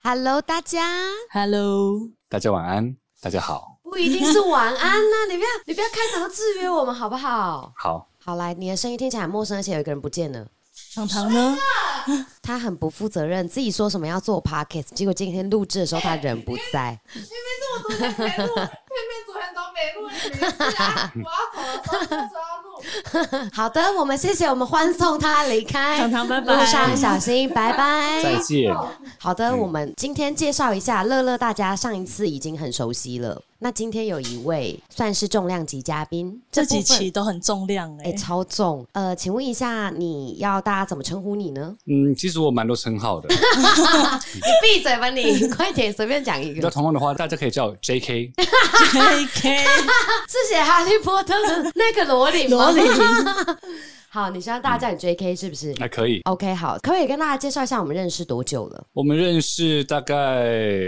Hello， 大家 ，Hello， 大家晚安，大家好。 不一定是晚安啊，你不要开场就制约我们好不好？ 好， 来，你的声音听起来很陌生，而且有一个人不见了。 糖糖呢？ 他很不负责任，自己说什么要做 podcast， 结果今天录制的时候他人不在。 明明是我昨天没录，偏偏昨天都没录，你没事啊？我要走的时候就说要录。 好的，我们谢谢，我们欢送他离开。 糖糖拜拜， 路上小心，拜拜， 再见。 好的，我们今天介绍一下乐乐，大家上一次已经很熟悉了。那今天有一位算是重量级嘉宾， 这几期都很重量超重。请问一下，你要大家怎么称呼你呢？ 其实我蛮多称号的。 你闭嘴吧你，快点随便讲一个。 比较同样的话，大家可以叫我 JK。 JK 是写哈利波特的那个罗琳吗？好，你希望大家叫你 JK 是不是？ 还可以。 OK， 好，可不可以跟大家介绍一下我们认识多久了？ 我们认识大概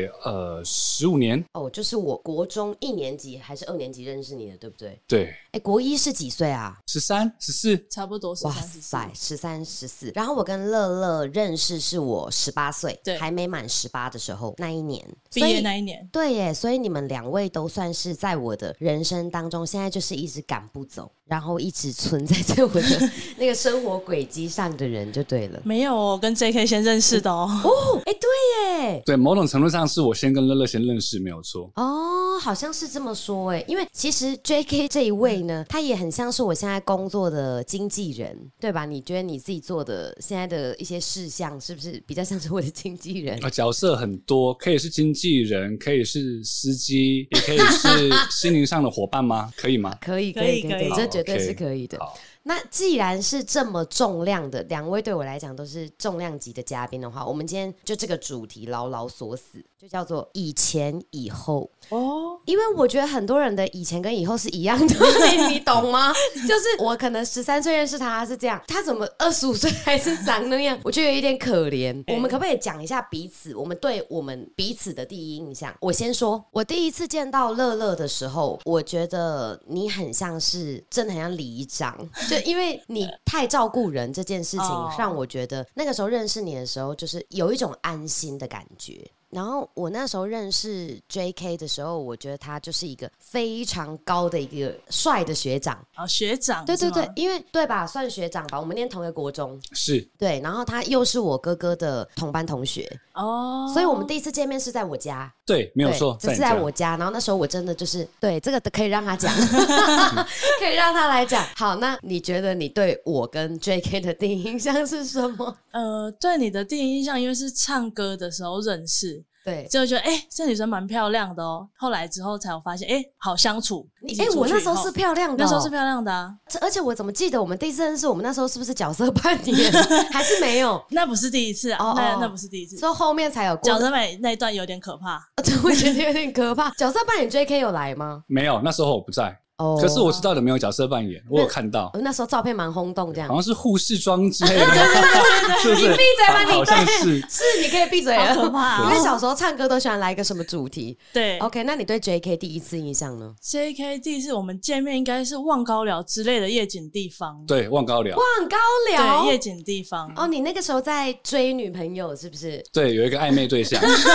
15年。 就是我国中1年级还是2年级认识你的，对不对？ 对。 国一是几岁啊 13、14， 差不多13、14。 哇塞，13、14。然后我跟乐乐认识是我18岁， 对， 还没满18的时候那一年， 毕业那一年。 对耶，所以你们两位都算是在我的人生当中，现在就是一直赶不走，然后一直存在在我的那个生活轨迹上的人就对了。 没有，我跟 JK 先认识的对耶， 对，某种程度上是我先跟乐乐先认识，没有错。 好像是这么说耶，因为其实 JK 这一位呢，他也很像是我现在工作的经纪人，对吧？你觉得你自己做的现在的一些事项，是不是比较像是我的经纪人？ 角色很多，可以是经纪人，可以是司机，也可以是心灵上的伙伴吗？可以吗？ 可以，这绝对是可以的。那既然是这么重量的两位，对我来讲都是重量级的嘉宾的话，我们今天就这个主题牢牢锁死，就叫做以前以后。因为我觉得很多人的以前跟以后是一样的，你懂吗？就是我可能13岁认识他是这样，他怎么25岁还是长那样，我觉得有一点可怜。我们可不可以讲一下彼此，我们对我们彼此的第一印象？我先说，我第一次见到乐乐的时候，我觉得你很像是真的很像里长，就因为你太照顾人这件事情，让我觉得那个时候认识你的时候，就是有一种安心的感觉。然后我那时候认识 JK 的时候，我觉得他就是一个非常高的一个帅的学长。 学长， 对，因为对吧，算学长吧，我们念同一个国中， 是对，然后他又是我哥哥的同班同学，所以我们第一次见面是在我家。 对，没有错， 这是在我家。然后那时候我真的就是对这个可以让他讲，可以让他来讲。好，那你觉得你对我跟 JK 的第一印象是什么？ 对你的第一印象，因为是唱歌的时候认识。 对， 就觉得这女生蛮漂亮的哦。后来之后才有发现，好相处。 我那时候是漂亮的， 那时候是漂亮的啊。 而且我怎么记得我们第一次认识，我们那时候是不是角色扮演？还是没有？ 那不是第一次啊，那不是第一次， 所以后面才有角色扮演那一段有点可怕。 我觉得有点可怕。角色扮演 JK 有来吗？ 没有，那时候我不在。可是我知道的没有角色扮演，我有看到。 那时候照片蛮轰动，这样好像是护士装之类的，是不是？ 你闭嘴吧，你好像是， 你可以闭嘴了。 好可怕因为小时候唱歌都喜欢来一个什么主题。 对 ，OK， 那你对 JK 第一次印象呢 ？JK 第一次我们见面应该是望高寮之类的夜景地方。 对，望高寮。 望高寮， 对，夜景地方。 你那个时候在追女朋友是不是？ 对，有一个暧昧对象。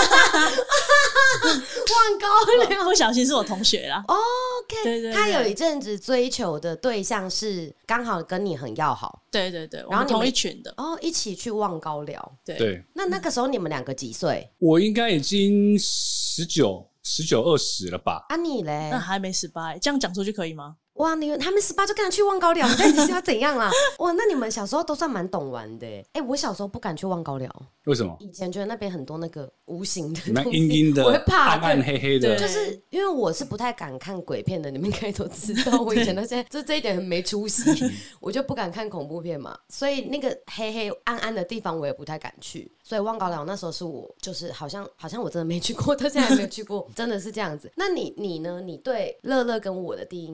望高寮， 不小心是我同学啦。 OK， 对， 他有一阵子追求的对象是刚好跟你很要好。 对，然后同一群的。 一起去望高寮。 对。 那个时候你们两个几岁？ 我应该已经19、20了吧？ 你嘞？ 那还没18，这样讲出去可以吗？ 哇，你还没18就跟他去望高寮，你到底是要怎样啊？哇，那你们小时候都算蛮懂玩的耶。我小时候不敢去望高寮。 为什么？ 以前觉得那边很多那个无形的东西，阴阴的， 我会怕， 暗暗黑黑的。 就是因为我是不太敢看鬼片的，你们应该都知道。我以前现在这一点很没出息，我就不敢看恐怖片嘛，所以那个黑黑暗暗的地方我也不太敢去。所以望高寮那时候是我就是好像我真的没去过，到现在还没有去过，真的是这样子。那你呢？你对乐乐跟我的第一印象呢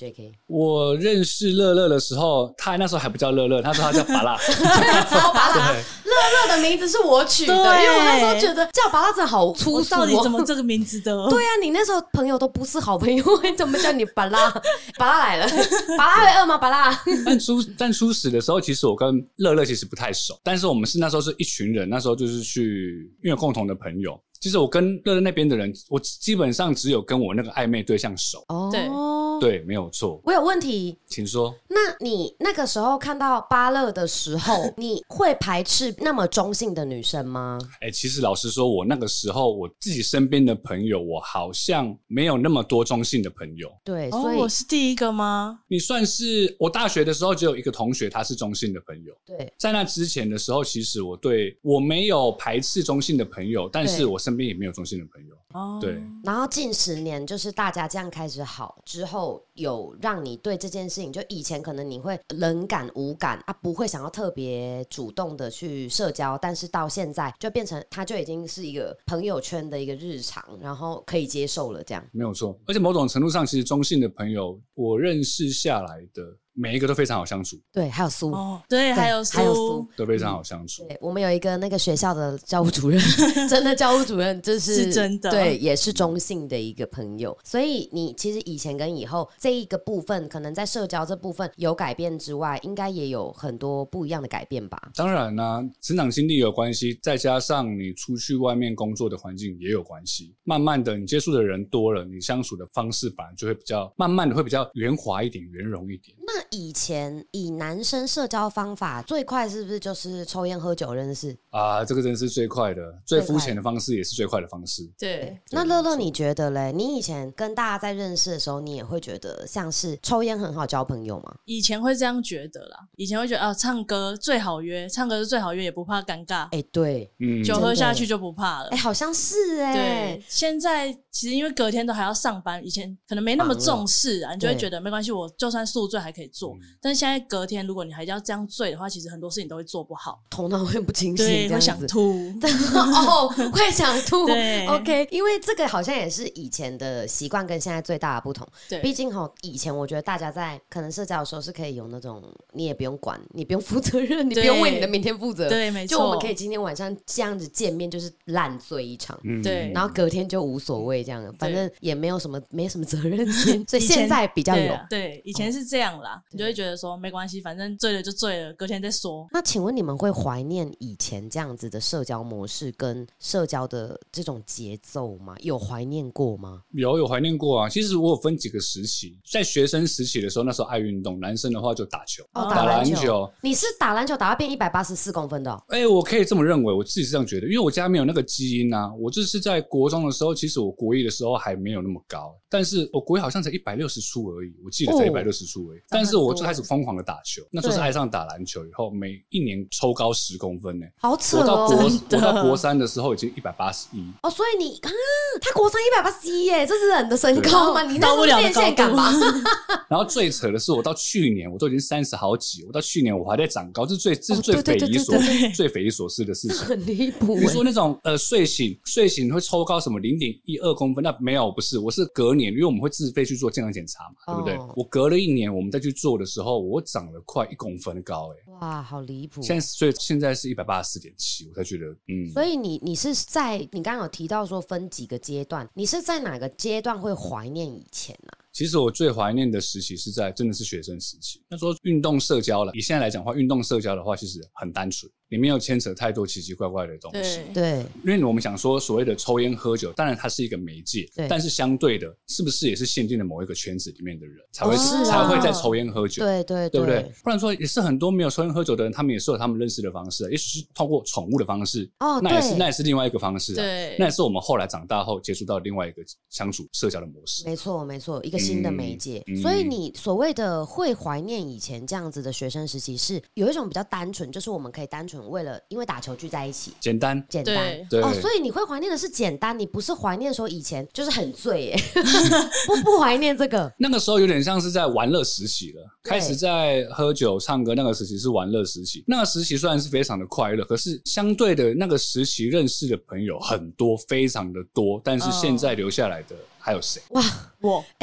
JK？ 我认识乐乐的时候，他那时候还不叫乐乐，那时候他叫拔蜡。 超拔蜡，乐乐的名字是我取的，因为我那时候觉得叫拔蜡真的好粗俗到底怎么这个名字的？ 对啊，你那时候朋友都不是好朋友，怎么叫你拔蜡？拔蜡来了，拔蜡会饿吗？拔蜡。 但初始的时候，其实我跟乐乐其实不太熟，但是我们是那时候是一群人，那时候就是去因为有共同的朋友。其实我跟乐乐那边的人，我基本上只有跟我那个暧昧对象熟。 哦， 对，没有错。 我有问题， 请说。 那你那个时候看到芭乐的时候，你会排斥那么中性的女生吗？ 其实老实说，我那个时候我自己身边的朋友，我好像没有那么多中性的朋友。 对，所以我是第一个吗？ 你算是我大学的时候只有一个同学，他是中性的朋友。 对， 在那之前的时候，其实我没有排斥中性的朋友，但是我身边也没有中性的朋友。对。 然后近10年，就是大家这样开始好之后，有让你对这件事情，就以前可能你会冷感无感啊，不会想要特别主动的去社交，但是到现在就变成它就已经是一个朋友圈的一个日常，然后可以接受了这样。 没有错，而且某种程度上，其实中性的朋友我认识下来的每一个都非常好相处。 对，还有苏， 对，还有苏都非常好相处。 对，我们有一个那个学校的教务主任，真的教务主任就是真的， 对，也是中性的一个朋友。所以你其实以前跟以后这一个部分，可能在社交这部分有改变之外，应该也有很多不一样的改变吧？当然啦，成长经历有关系，再加上你出去外面工作的环境也有关系。慢慢的，你接触的人多了，你相处的方式本来就会比较慢慢的会比较圆滑一点，圆融一点。 那以前以男生社交方法最快是不是就是抽烟喝酒认识啊？这个真是最快的，最肤浅的方式也是最快的方式。 对， 那乐乐你觉得嘞？你以前跟大家在认识的时候，你也会觉得像是抽烟很好交朋友吗？ 以前会这样觉得啦，以前会觉得唱歌最好约，唱歌是最好约，也不怕尴尬。 对， 酒喝下去就不怕了。 好像是对，现在其实因为隔天都还要上班，以前可能没那么重视啊，你就会觉得没关系，我就算宿醉还可以做。但是现在隔天如果你还要这样醉的话，其实很多事情都会做不好， 头脑会不清醒， 对，会想吐。 会想吐。 对 ，OK， 因为这个好像也是以前的习惯跟现在最大的不同。 对， 毕竟以前我觉得大家在可能社交的时候是可以有那种你也不用管，你不用负责任，你不用为你的明天负责。 对，没错。 就我们可以今天晚上这样子见面，就是烂醉一场。 对， 然后隔天就无所谓，这样反正也没什么责任心，所以现在比较有。 对，以前是这样啦，你就会觉得说没关系，反正醉了就醉了，隔天再说。 那请问你们会怀念以前这样子的社交模式跟社交的这种节奏吗？有怀念过吗？ 有怀念过啊。其实我有分几个时期，在学生时期的时候，那时候爱运动，男生的话就打球， 打篮球。你是打篮球打到变184公分的哦？ 我可以这么认为，我自己是这样觉得，因为我家没有那个基因啊。我就是在国中的时候，其实我国一的时候还没有那么高，但是我国一好像才160出而已，我记得才160出而已。但是我就开始疯狂的打球，那时候是爱上打篮球以后，每一年抽高10公分呢， 好扯哦！我到国3的时候已经181 哦，所以你他国3 181耶，这是人的身高吗？你那时候变现感吧？ 然后最扯的是，我到去年我都已经30好几，我到去年我还在长高，这是最匪夷所思的事情， 很离谱。 你说那种睡醒会抽高什么0.12公分，那没有，不是，我是隔年，因为我们会自费去做健康检查嘛，对不对？我隔了1年，我们再去做的时候，我长了快1公分高哇，好离谱！ 所以现在是184.7，我才觉得所以你是在你刚刚有提到说分几个阶段，你是在哪个阶段会怀念以前啊？ 其实我最怀念的时期是真的是学生时期。那说运动社交了，以现在来讲的话，运动社交的话其实很单纯，里面有牵扯太多奇奇怪怪的东西。 对， 因为我们想说所谓的抽烟喝酒，当然它是一个媒介，但是相对的，是不是也是限定了某一个圈子里面的人才会在抽烟喝酒？ 对不对？不然说也是很多没有抽烟喝酒的人，他们也是有他们认识的方式，也许是透过宠物的方式。那也是另外一个方式啊。 对， 那也是我们后来长大后接触到另外一个相处社交的模式。 没错，一个新的媒介。所以你所谓的会怀念以前这样子的学生时期，是有一种比较单纯，就是我们可以单纯因为打球聚在一起， 简单对所以你会怀念的是简单，你不是怀念说以前就是很醉耶不怀念这个。 那个时候有点像是在玩乐时期了，开始在喝酒唱歌，那个时期是玩乐时期。那个时期虽然是非常的快乐，可是相对的那个时期认识的朋友很多，非常的多，但是现在留下来的还有谁？ 哇， 我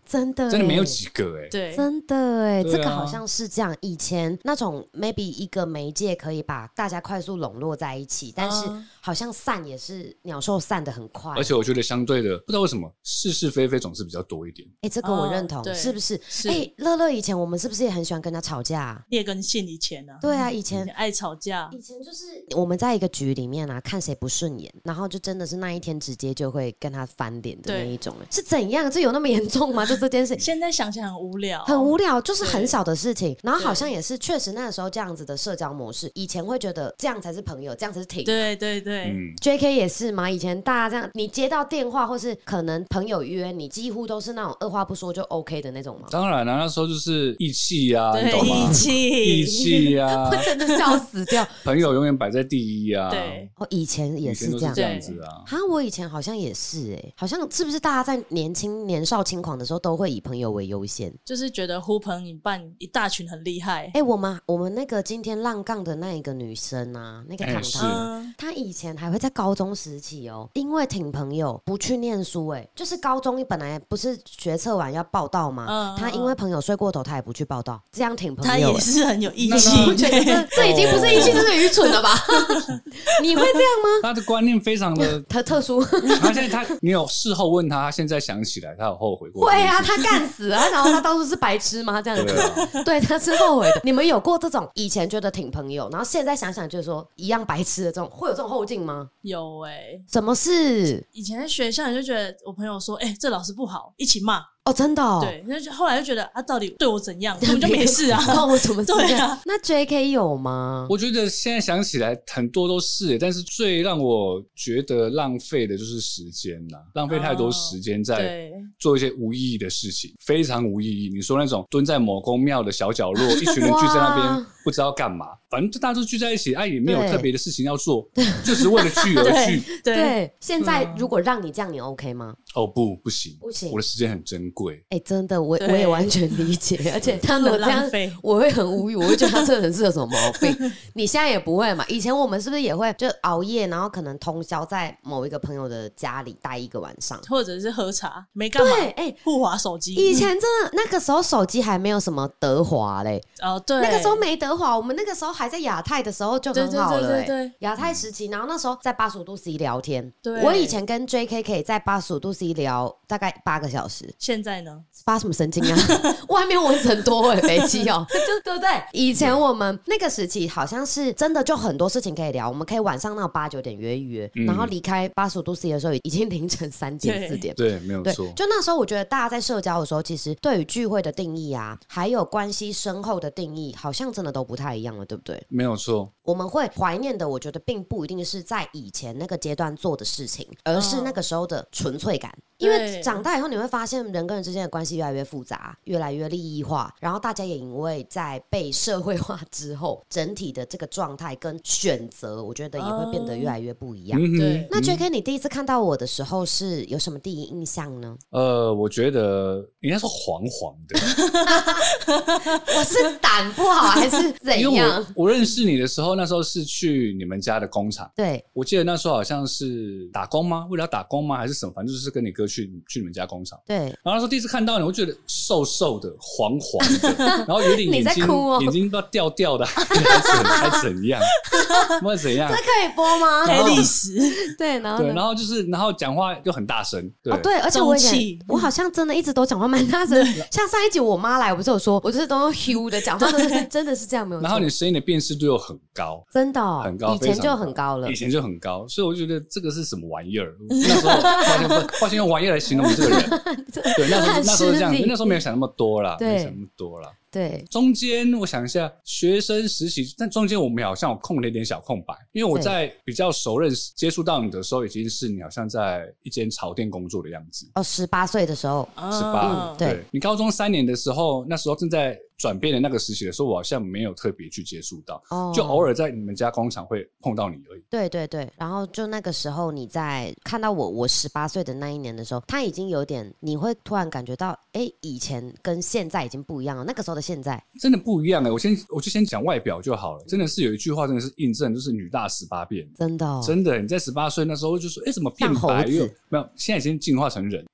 真的真的没有几个对， 真的对啊这个好像是这样。以前那种 maybe 一个媒介可以把大家快速笼络在一起，但是好像散也是鸟兽散的很快。 而且我觉得相对的，不知道为什么是是非非总是比较多一点。 这个我认同，是不是？乐乐以前我们是不是也很喜欢跟他吵架？ 劣根性以前啊， 对啊，以前爱吵架， 以前就是我们在一个局里面啊，看谁不顺眼，然后就真的是那一天直接就会跟他翻脸的那一种。是怎样？这有那么严重吗？就这件事， 现在想起来很无聊， 很无聊，就是很小的事情。然后好像也是确实那个时候这样子的社交模式，以前会觉得这样才是朋友，这样才是挺。 对对对 ，JK 也是吗？以前大家这样，你接到电话或是可能朋友约你，几乎都是那种二话不说就 OK 的那种吗？ 当然了，那时候就是义气啊，你懂吗？义气啊， 我真的是要死掉。 朋友永远摆在第一啊。 对， 以前也是这样子啊。 我以前好像也是好像是不是大家在年少轻狂的时候都会以朋友为优先， 就是觉得呼朋引伴一大群很厉害。 我们那个今天浪杠的那一个女生啊，那个糖糖，她以前还会在高中时期因为挺朋友不去念书就是高中本来不是学测完要报到吗？她因为朋友睡过头，她也不去报到，这样挺朋友。 她也是很有义气， 我觉得这已经不是义气，这是愚蠢了吧？你会这样吗？ 他的观念非常的特殊。 他现在你有事后问他现在想起来他有后悔过？ 会啊，他干死了，然后他当初是白痴吗？这样子，对，他是后悔的。你们有过这种以前觉得挺朋友，然后现在想想就是说一样白痴的这种，会有这种后劲吗？ 有什么事？ 以前在学校你就觉得我朋友说这老师不好，一起骂。 真的对，后来就觉得到底对我怎样，根本就没事啊， 关我什么事？ 对啊， 那 JK 有吗？ 我觉得现在想起来很多都是，但是最让我觉得浪费的就是时间啦，浪费太多时间在做一些无意义的事情，非常无意义。你说那种蹲在某公庙的小角落，一群人聚在那边不知道干嘛，反正大家都聚在一起，也没有特别的事情要做，就只是为了聚而聚。 对，现在如果让你这样，你 OK 吗？ 不行，我的时间很珍贵。 真的，我也完全理解，而且他们这样，我会很无语，我会觉得他这个人是有什么毛病。你现在也不会嘛？以前我们是不是也会就熬夜，然后可能通宵在某一个朋友的家里待一个晚上， 或者是喝茶，没干嘛？对，互滑手机。 以前真的那个时候手机还没有什么德华嘞， 对， 那个时候没德华，我们那个时候还在亚太的时候就很好了， 对， 亚太时期，然后那时候在85度 C 聊天，我以前跟 JK 可以在85度 C 聊大概8个小时， 现在呢？ 发什么神经啊？外面蚊子很多飞机就对不对？以前我们那个时期好像是真的就很多事情可以聊，我们可以晚上那种8、9点约一约，然后离开85度 C 的时候已经凌晨3点4点， 对，没有错。 就那时候我觉得大家在社交的时候，其实对于聚会的定义啊，还有关系深厚的定义，好像真的都不太一样了，对不对？ 没有错。 我们会怀念的，我觉得并不一定是在以前那个阶段做的事情，而是那个时候的纯粹感。因为长大以后你会发现人跟人之间的关系越来越复杂，越来越利益化，然后大家也因为在被社会化之后，整体的这个状态跟选择我觉得也会变得越来越不一样。 对， 那 JK 你第一次看到我的时候是有什么第一印象呢？ 我觉得应该说黄黄的。 我是胆不好还是怎样？ 因为我认识你的时候，那时候是去你们家的工厂。 对，我记得那时候好像是打工吗？为了要打工吗？还是什么？反正就是跟你哥去你们家工厂。 对， 然后那时候第一次看到你，我觉得瘦瘦的、黄黄的，然后有点眼睛眼睛不知道掉掉的，还怎样？不知道怎样？ 这可以播吗？ 黑历史。 对，然后然后讲话又很大声。 对，而且我好像真的一直都讲话蛮大声。像上一集我妈来，我不是有说，我就是都用 Q 的讲话，真的是这样没有错。 然后你声音的辨识度又很高， 真的很高， 以前就很高了， 以前就很高，所以我就觉得这个是什么玩意儿？那时候抱歉用玩意儿来形容你这个人。对，那时候这样，那时候没有想那么多啦，没有想那么多啦。 对， 中间我想一下，学生实习，但中间我们好像有空了一点小空白，因为我在比较熟认识、接触到你的时候，已经是你好像在一间潮店工作的样子。 18岁的时候 ，18，对，你高中3年的时候，那时候正在转变的那个时期的时候，我好像没有特别去接触到，就偶尔在你们家工厂会碰到你而已。 对对对，然后就那个时候你在看到我18岁的那一年的时候，他已经有点，你会突然感觉到，以前跟现在已经不一样了。那个时候的现在真的不一样我就先讲外表就好了。真的是有一句话真的是印证，就是女大18变。 真的， 真的，你在18岁那时候就说，怎么变白又没有？现在已经进化成人。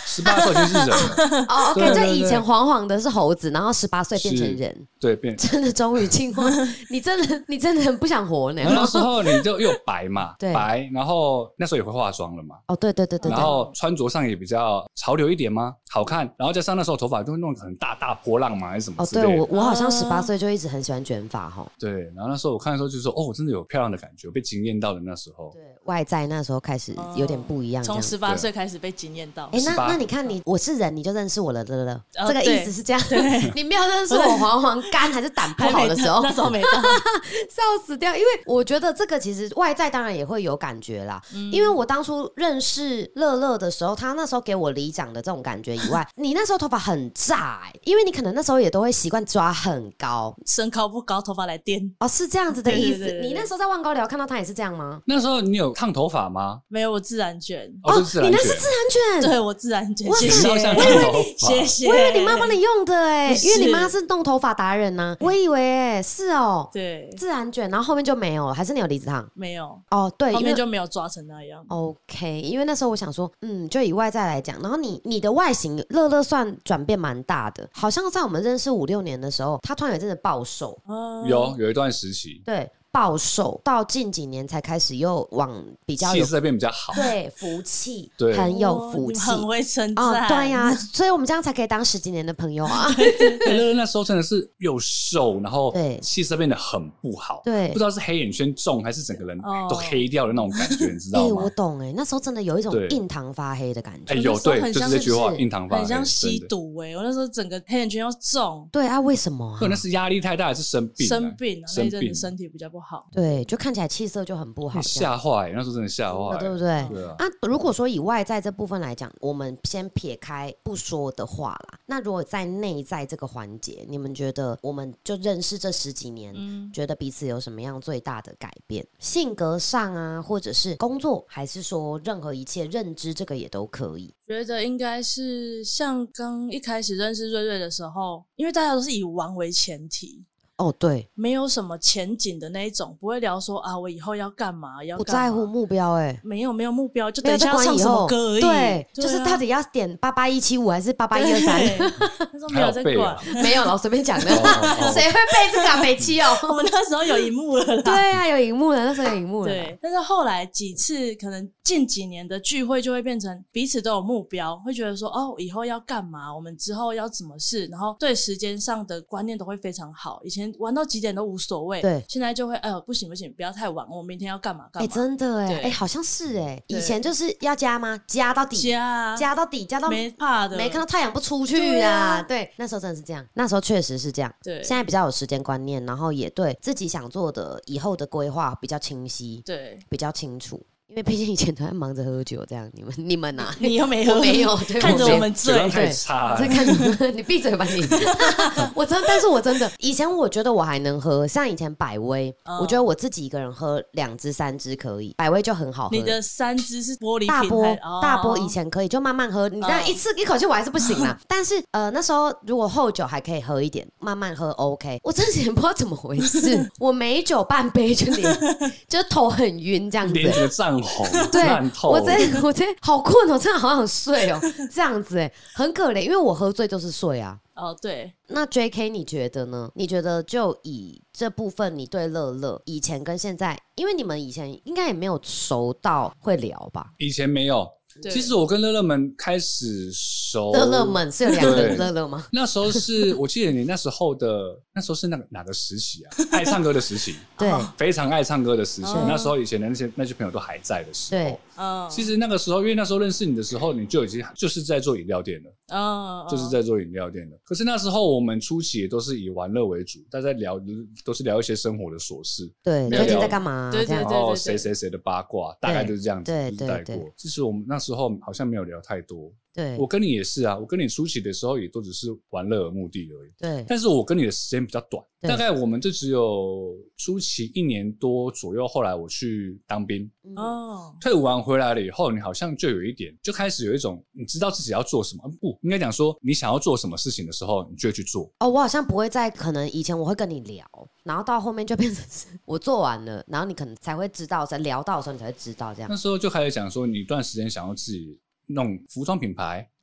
18岁已经是人了。 哦，OK， 对就以前黄黄的是猴子，然后18岁变成人， 对，变真的终于进化。你真的很不想活呢。 然后那时候你就又白嘛， 对白，然后那时候也会化妆了嘛。 哦，对， 然后穿着上也比较潮流一点吗？好看，然后加上那时候头发就会弄很大波浪嘛，还是什么哦， 之类的。 对我好像18岁就一直很喜欢卷发哈。 对，然后那时候我看的时候就说，哦，真的有漂亮的感觉，我被惊艳到的那时候。 对，外在那时候开始有点不一样， 从18岁开始被惊艳到。 哎，那你看我是人，你就认识我了，这个意思是这样。 对， 你没有认识我黄肝还是胆不好的时候， 那时候没到， 笑死掉。因为我觉得这个其实外在当然也会有感觉啦，因为我当初认识乐乐的时候，他那时候给我里长的这种感觉以外，你那时候头发很炸因为你可能那时候也都会习惯抓很高， 身高不高，头发来颠。 哦，是这样子的意思。 对， 你那时候在万高寮看到他也是这样吗？ 那时候你有烫头发吗？ 没有，我自然卷。 哦，是自然卷。 你那是自然卷？ 对，我自然卷。 谢谢，像烫头发。 谢谢。 我以为你妈帮你用的因为你妈是弄头发达人呢。我以为是哦。 对， 自然卷，然后后面就没有了，还是你有离子烫？ 没有。 哦，对， 后面就没有抓成那样。 OK， 因为那时候我想说，就以外在来讲，然后你的外形，乐乐算转变蛮大的，好像在我们认识5、6年的时候，他突然有真的暴瘦， 有一段时期， 对。暴瘦到近几年才开始又往比较有气色变比较好， 对，福气， 对， 很有福气， 很会称赞对呀，所以我们这样才可以当10几年的朋友啊。 乐乐那时候真的是又瘦，然后气色变得很不好， 对， 不知道是黑眼圈重还是整个人都黑掉的那种感觉，你知道吗？ 我懂那时候真的有一种印堂发黑的感觉， 有对，就是这句话，印堂发黑， 很像吸毒我那时候整个黑眼圈又重， 对啊，为什么？ 那是压力太大还是生病？ 生病，那一阵子身体比较不好， 对，就看起来气色就很不好， 吓坏，那时候真的吓坏， 对不对？ 对啊。 如果说以外在这部分来讲，我们先撇开不说的话啦，那如果在内在这个环节，你们觉得我们就认识这10几年，觉得彼此有什么样最大的改变？性格上啊，或者是工作，还是说任何一切认知，这个也都可以。 觉得应该是像刚一开始认识瑞瑞的时候，因为大家都是以玩为前提。 哦，对， 没有什么前景的那一种，不会聊说啊，我以后要干嘛，要干嘛， 不在乎目标， 没有目标，就等一下要唱什么歌而已。 对，就是到底要点88175还是88123？ 那时候没有在管， 没有了，我随便讲的，谁会背这个北七哦？ 我们那时候有荧幕了啦， 对啊，有荧幕了，那时候有荧幕了。 对，但是后来几次可能近几年的聚会就会变成彼此都有目标，会觉得说哦，以后要干嘛，我们之后要怎么事，然后对时间上的观念都会非常好。以前玩到几点都无所谓， 对， 现在就会不行，不要太晚，我明天要干嘛干嘛。 真的好像是以前就是要加吗？加到底，加到底，加到没怕的， 没看到太阳不出去啊。对，那时候真的是这样，那时候确实是这样。 对， 现在比较有时间观念，然后也对自己想做的以后的规划比较清晰， 对， 比较清楚。因为毕竟以前都在忙着喝酒，这样你们啊， 你又没喝， 我没有， 看着我们醉， 太差， 在看你闭嘴吧你！但是我真的以前我觉得我还能喝，像以前百威，我觉得我自己一个人喝2支3支可以，百威就很好喝。 你的3支是玻璃瓶大波以前可以就慢慢喝，你这样一口气我还是不行啦。但是那时候如果后酒还可以喝一点，慢慢喝 OK。我真的不知道怎么回事，我每酒半杯就头很晕这样子， 脸整个涨红， 对，我真好困哦，真的好想睡哦，这样子很可怜，因为我喝醉就是睡啊。 对。 那 JK 你觉得呢？你觉得就以这部分，你对乐乐以前跟现在，因为你们以前应该也没有熟到会聊吧？ 以前没有。其实我跟乐乐们开始熟， 乐乐们是有2个乐乐吗？ 那时候是我记得你那时候是哪个时期啊？爱唱歌的时期， 对， 非常爱唱歌的时期。那时候以前的那些朋友都还在的时候， 对， 其实那个时候，因为那时候认识你的时候，你就已经就是在做饮料店了，就是在做饮料店了。可是那时候我们初期也都是以玩乐为主，大家都是聊一些生活的琐事， 对，最近在干嘛？ 对， 然后谁的八卦，大概就是这样子， 对， 带过。其实我们那时候好像没有聊太多。 对， 我跟你也是啊，我跟你初期的时候也都只是玩乐的目的而已。 对， 但是我跟你的时间比较短，大概我们就只有初期1年多左右。后来我去当兵，退伍完回来了以后，你好像就有一点，就开始有一种你知道自己要做什么，不应该讲说你想要做什么事情的时候，你就会去做。 我好像不会再可能以前我会跟你聊，然后到后面就变成是我做完了，然后你可能才会知道，在聊到的时候你才会知道这样。 那时候就开始讲说，你一段时间想要自己弄服装品牌，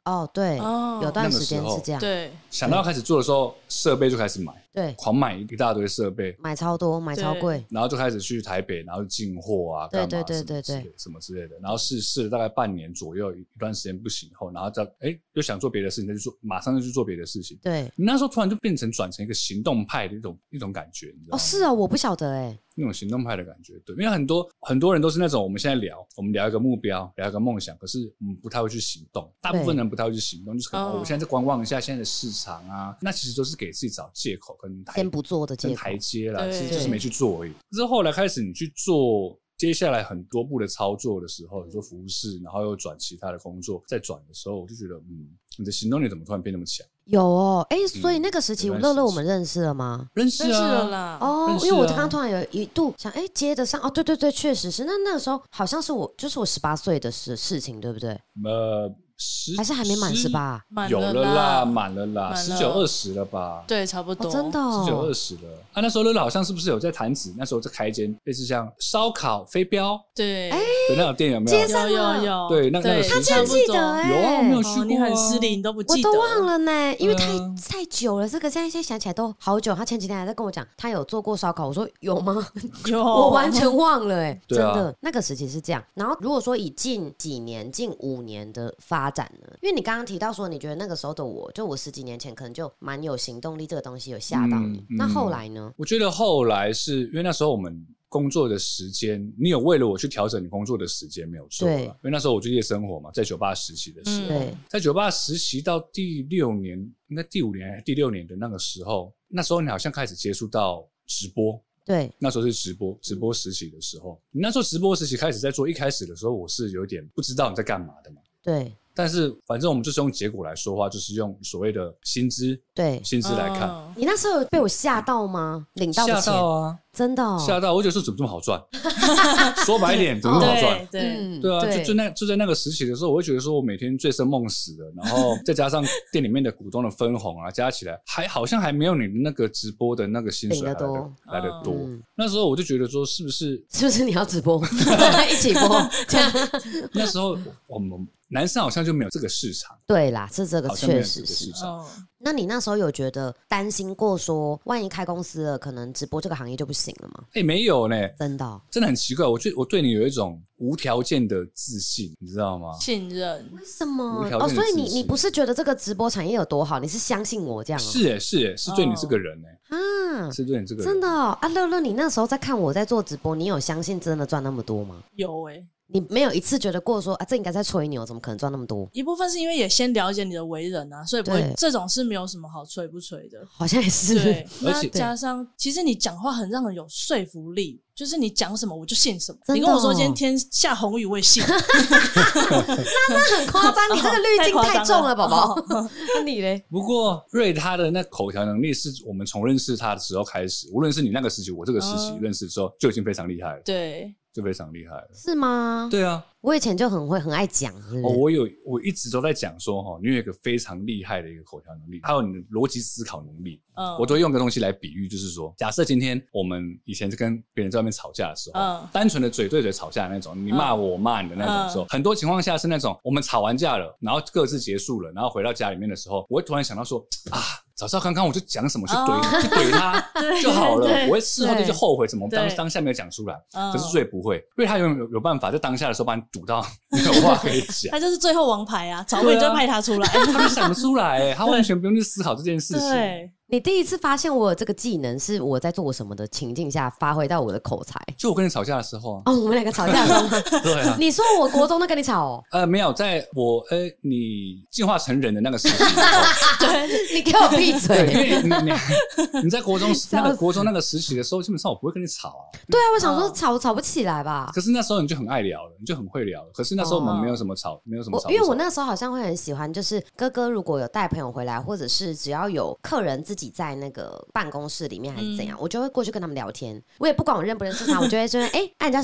哦，对，有段时间是这样。 对， 想到要开始做的时候，设备就开始买， 对， 狂买一大堆设备， 买超多，买超贵， 然后就开始去台北，然后进货啊，干嘛什么之类的，然后试了大概半年左右，一段时间不行后，然后再又想做别的事情，再去做，马上就去做别的事情。 对， 你那时候突然就变成转成一个行动派的一种感觉，你知道吗？ 哦，是啊，我不晓得那种行动派的感觉，对，因为很多人都是那种我们现在我们聊一个目标，聊一个梦想，可是我们不太会去行动，大部分人不太会去行动，就是可能我现在在观望一下现在的市场啊，那其实都是给自己找借口跟先不做的借口， 跟台阶啦，其实就是没去做而已。可是后来开始你去做。接下来很多步的操作的时候，你做服务室，然后又转其他的工作，再转的时候，我就觉得，你的行动力怎么突然变那么强？ 有哦，所以那个时期，乐乐我们认识了吗？ 认识了啦。 哦，因为我刚刚突然有一度想，接得上哦，对对对，确实是。那个时候好像是我18岁的事情，对不对？还是还没满18？ 有了啦，满了啦，19、20了吧？ 对，差不多。 真的 19、20了。那时候乐乐好像是不是有在潭子？那时候在开一间类似像烧烤飞镖， 对， 对那种店有没有？ 街上有。 对，那个他竟然记得有啊，没有去过。 你很失礼，你都不记得， 我都忘了呢，因为太久了。这个现在想起来都好久。他前几天还在跟我讲，他有做过烧烤。我说有吗？ 有， 我完全忘了真啊的那个时期是这样。然后如果说以近几年、近5年的发展呢，因为你刚刚提到说，你觉得那个时候的我10几年前可能就蛮有行动力，这个东西有吓到你。那后来呢？ 我觉得后来是因为那时候我们工作的时间，你有为了我去调整你工作的时间没有错？对，因为那时候我就夜生活嘛，在酒吧实习的时候，在酒吧实习到第6年，应该第5年还是第6年的那个时候，那时候你好像开始接触到直播。对，那时候是直播实习的时候，你那时候直播实习开始在做，一开始的时候我是有点不知道你在干嘛的嘛。对。但是反正我们就是用结果来说话，就是用所谓的薪资来看。 你那时候有被我吓到吗？领到的钱？吓到啊，真的吓到。我觉得说怎么这么好赚？说白一点，怎么这么好赚？对啊，就在那个时期的时候，我会觉得说我每天醉生梦死的，然后再加上店里面的股东的分红啊，加起来好像还没有你那个直播的那个薪水来的多。那时候我就觉得说是不是你要直播一起播？这样那时候我们男生好像就没有这个市场。 对啦，是这个确实是。那你那时候有觉得担心过说，万一开公司了，可能直播这个行业就不行了吗？ 没有呢， 真的真的很奇怪。我对你有一种无条件的自信，你知道吗？ 信任。 为什么？所以你不是觉得这个直播产业有多好，你是相信我这样？是对你这个人是对你这个人真的啊。乐乐，你那时候在看我在做直播，你有相信真的赚那么多吗？ 有你没有一次觉得过说这应该在吹牛，怎么可能赚那么多？ 一部分是因为也先了解你的为人啊，所以不会这种是没有什么好吹不吹的。 好像也是。 对，那加上其实你讲话很让人有说服力，就是你讲什么我就信什么。你跟我说今天天下红雨我也信。 那很夸张，你这个滤镜太重了，宝宝。那你嘞？ 不过瑞他的那口条能力是我们从认识他的时候开始，无论是你那个时期，我这个时期认识的时候就已经非常厉害了。 对。 就非常厉害了。 是吗？ 对啊， 我以前就很爱讲。 我一直都在讲说你有一个非常厉害的一个口条能力，还有你的逻辑思考能力。我都会用个东西来比喻，就是说，假设今天我们以前是跟别人在外面吵架的时候，单纯的嘴对嘴吵架的那种，你骂我骂你的那种时候，很多情况下是那种我们吵完架了，然后各自结束了，然后回到家里面的时候，我会突然想到说早知道刚刚我就讲什么去怼他就好了，我会事后就后悔怎么当下没有讲出来。可是瑞不会，因为他有办法在当下的时候把你堵到没有话可以讲。 他就是最后王牌啊，早会就派他出来， 他就想得出来，他完全不用去思考这件事情。 你第一次发现我有这个技能是我在做什么的情境下发挥到我的口才？ 就我跟你吵架的时候我们两个吵架的时候。 对啊。 你说我国中在跟你吵没有，在我你进化成人的那个时期。 对，你给我闭嘴！ 因为你在国中那个时期的时候，基本上我不会跟你吵啊。 对啊，我想说吵不起来吧。 可是那时候你就很爱聊了，你就很会聊了。可是那时候我们没有什么吵，没有什么吵。 因为我那时候好像会很喜欢，就是哥哥如果有带朋友回来，或者是只要有客人自己在那个办公室里面还是怎样，我就会过去跟他们聊天。我也不管我认不认识他，我就会说人家什么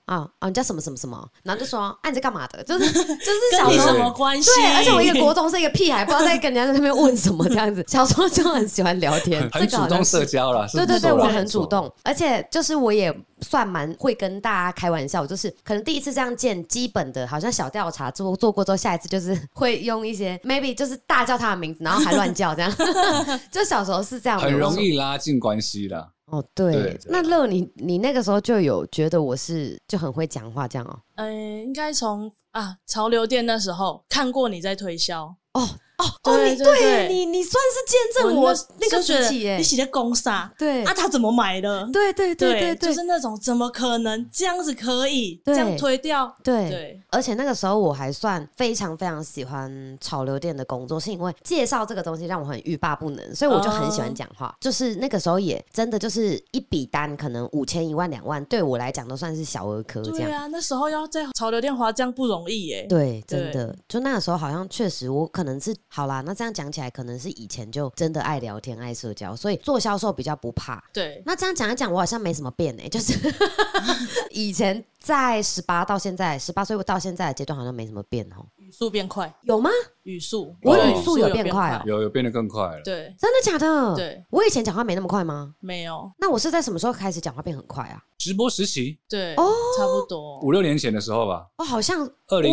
你叫什么什么什么，然后就说你在干嘛的，就是小跟你时候什么关系？ 对，而且我一个国中是一个屁孩，不知道在跟人家在那边问什么这样子。小时候就很喜欢聊天， 很主动社交啦。 对，我很主动，而且就是我也算蛮会跟大家开玩笑，就是可能第一次这样见，基本的好像小调查做过之后，下一次就是会用一些 maybe 就是大叫他的名字，然后还乱叫这样。就小时候是这样， 很容易拉近关系啦。 哦，对，那乐你那个时候就有觉得我是就很会讲话这样哦？ 应该从潮流店那时候看过你在推销对，你算是见证我那个时期耶， 你写的公杀， 对他怎么买的？ 对， 就是那种怎么可能这样子可以这样推掉？对， 而且那个时候我还算非常非常喜欢潮流店的工作，是因为介绍这个东西让我很欲罢不能，所以我就很喜欢讲话。就是那个时候也真的就是一笔单可能5000、1万、2万，对我来讲都算是小儿科这样。 对啊，那时候要在潮流店花这样不容易耶。 对，真的，就那个时候好像确实我可能是好啦，那这样讲起来可能是以前就真的爱聊天爱社交，所以做销售比较不怕。 对， 那这样讲一讲我好像没什么变就是以前在18到现在18岁到现在的阶段好像没什么变哦。 语速变快有吗？ 语速我语速有变快哦， 有变得更快了。 对， 真的假的？ 对， 我以前讲话没那么快吗？ 没有。 那我是在什么时候开始讲话变很快啊？ 直播时期， 对，差不多 5、6年前的时候吧。 好像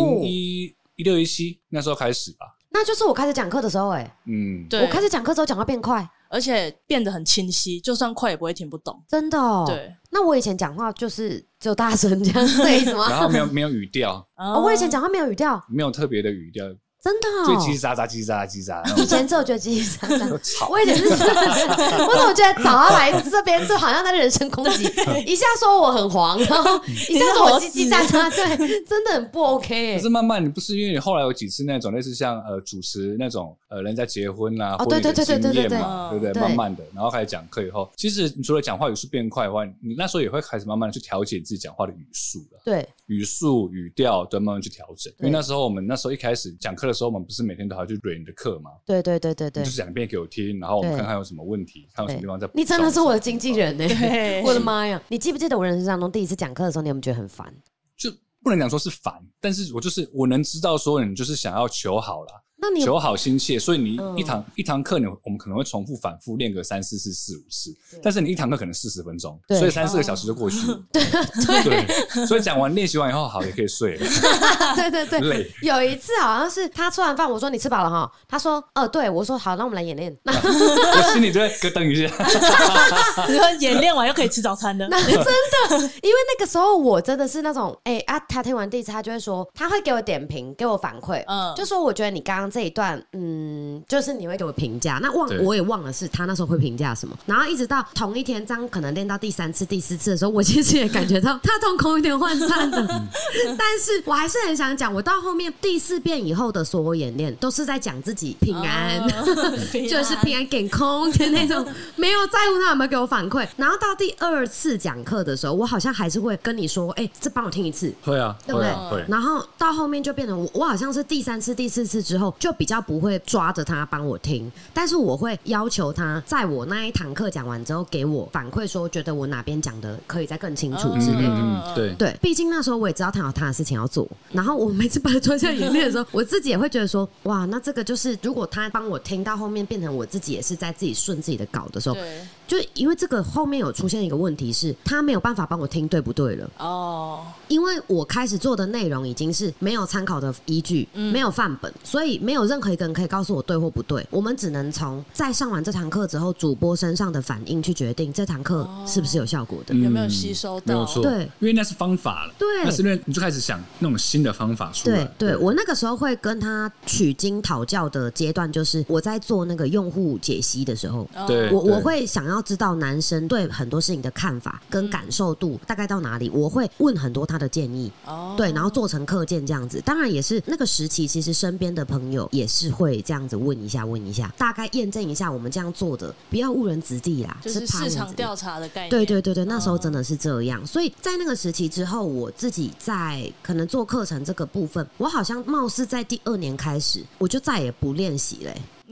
2016、17那时候开始吧。 那就是我开始讲课的时候对， 我开始讲课之后讲话变快， 而且变得很清晰，就算快也不会听不懂。 真的哦。 对， 那我以前讲话就大声这样，是这意思吗？ 然后没有语调。 我以前讲话没有语调， 没有特别的语调。 真的最叽喳喳叽喳叽喳。 以前只有觉得叽叽喳喳，我以前是，我怎么觉得找他来这边就好像在人身攻击，一下说我很黄，然后一下说我叽叽喳喳，对，真的很不 OK。 可是慢慢你不是因为你后来有几次那种类似像主持那种人家结婚啊，婚礼的经验嘛，对不对？慢慢的，然后开始讲课以后，其实你除了讲话语速变快的话，你那时候也会开始慢慢的去调节自己讲话的语速了。 对， 语速、语调都慢慢去调整。因为那时候我们一开始讲课的时候，我们不是每天都还要去蕊你的课吗？ 对， 你就是讲一遍给我听，然后我们看看有什么问题，看有什么地方在。 你真的是我的经纪人我的妈呀！你记不记得我人生当中第一次讲课的时候，你有没有觉得很烦？ 就不能讲说是烦，但是我能知道说你就是想要求好啦。那你求好心切，所以你一堂课我们可能会重复反复练个3、4次、4、5次，但是你一堂课可能40分钟，所以3、4个小时就过去了。对，所以讲完练习完以后，好也可以睡了。 对， 累。 有一次好像是他吃完饭，我说你吃饱了哈，他说对，我说好，那我们来演练。 我心里就会咯噔一下。 你说演练完又可以吃早餐的， 真的，因为那个时候我真的是那种他听完第一次，他就会说他会给我点评，给我反馈，就说我觉得你刚刚这一段，就是你会给我评价，那我也忘了是他那时候会评价什么，然后一直到同一天，这样可能练到第3次、第4次的时候，我其实也感觉到他瞳孔有点涣散的，但是我还是很想讲，我到后面第4遍以后的所有演练都是在讲自己平安，就是平安健康的那种，没有在乎他有没有给我反馈，然后到第2次讲课的时候，我好像还是会跟你说，这帮我听一次， 会啊， 对不对？ 会。 然后到后面就变成我好像是第3次、第4次之后，就比较不会抓着他帮我听，但是我会要求他在我那一堂课讲完之后给我反馈，说觉得我哪边讲的可以再更清楚之类的。对，毕竟那时候我也知道他有他的事情要做，然后我每次把他抓下演练的时候，我自己也会觉得说，哇，那这个就是如果他帮我听到后面变成我自己也是在自己顺自己的稿的时候，就因为这个后面有出现一个问题是，他没有办法帮我听对不对了因为我开始做的内容已经是没有参考的依据，没有范本，所以没有任何一个人可以告诉我对或不对，我们只能从在上完这堂课之后主播身上的反应去决定这堂课是不是有效果的， 有没有吸收到。 没有错， 对， 因为那是方法了， 对， 那是因为你就开始想那种新的方法出来。 对，我那个时候会跟他取经讨教的阶段，就是我在做那个用户解析的时候，我会想要知道男生对很多事情的看法跟感受度大概到哪里，我会问很多他的建议，对，然后做成课件这样子。当然也是那个时期，其实身边的朋友也是会这样子问一下，大概验证一下我们这样做的，不要误人子弟啦， 就是市场调查的概念。 对，那时候真的是这样。所以在那个时期之后，我自己在可能做课程这个部分，我好像貌似在第2年开始，我就再也不练习嘞。 你